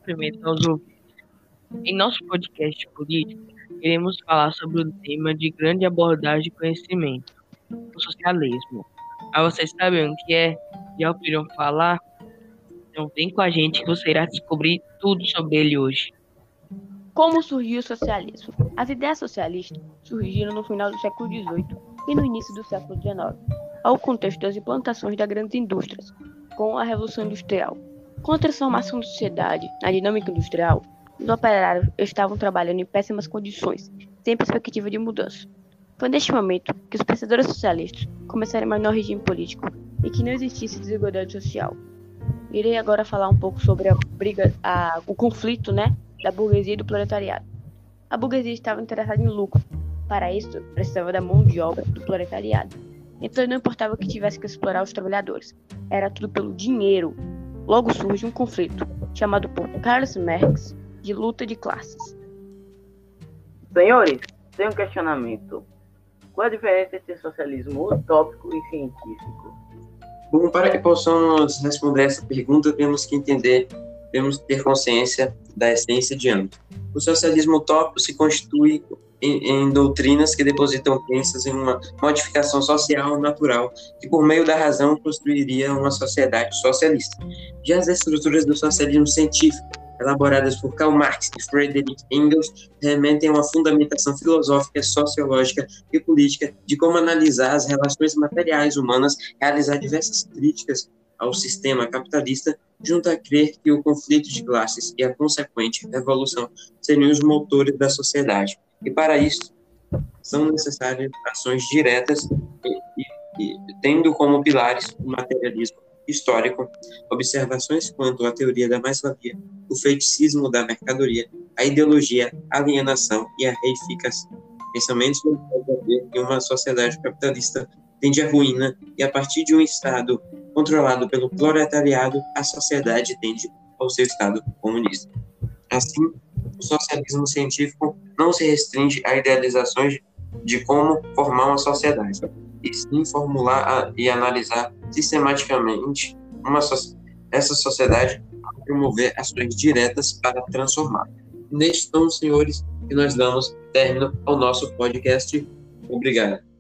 cumprimento aos ouvintes. Em nosso podcast político, iremos falar sobre o tema de grande abordagem e conhecimento, o socialismo. Mas vocês sabem o que é? Já ouviram falar? Então vem com a gente que você irá descobrir tudo sobre ele hoje. Como surgiu o socialismo? As ideias socialistas surgiram no final do século XVIII e no início do século XIX, ao contexto das implantações das grandes indústrias, com a Revolução Industrial. Com a transformação da sociedade na dinâmica industrial, os operários estavam trabalhando em péssimas condições, sem perspectiva de mudança. Foi neste momento que os pensadores socialistas começaram a imaginar um regime político e que não existisse desigualdade social. Irei agora falar um pouco sobre o conflito, da burguesia e do proletariado. A burguesia estava interessada em lucro. Para isso, precisava da mão de obra do proletariado. Então não importava que tivesse que explorar os trabalhadores. Era tudo pelo dinheiro. Logo surge um conflito, chamado por Karl Marx de luta de classes. Senhores, tem um questionamento. Qual a diferença entre socialismo utópico e científico? Bom, para que possamos responder essa pergunta, temos ter consciência da essência de ambos. O socialismo utópico se constitui em doutrinas que depositam crenças em uma modificação social natural que, por meio da razão, construiria uma sociedade socialista. Já as estruturas do socialismo científico, elaboradas por Karl Marx e Friedrich Engels, remetem a uma fundamentação filosófica, sociológica e política de como analisar as relações materiais humanas, realizar diversas críticas ao sistema capitalista, junto a crer que o conflito de classes e a consequente revolução seriam os motores da sociedade. E para isso, são necessárias ações diretas e tendo como pilares o materialismo histórico, observações quanto à teoria da mais-valia, o feiticismo da mercadoria, a ideologia, a alienação e a reificação. Pensamentos que uma sociedade capitalista tende à ruína e, a partir de um Estado controlado pelo proletariado, a sociedade tende ao seu Estado comunista. Assim, o socialismo científico não se restringe a idealizações de como formar uma sociedade, e sim formular e analisar sistematicamente essa sociedade para promover ações diretas para transformar. Neste tom, senhores, que nós damos término ao nosso podcast. Obrigado.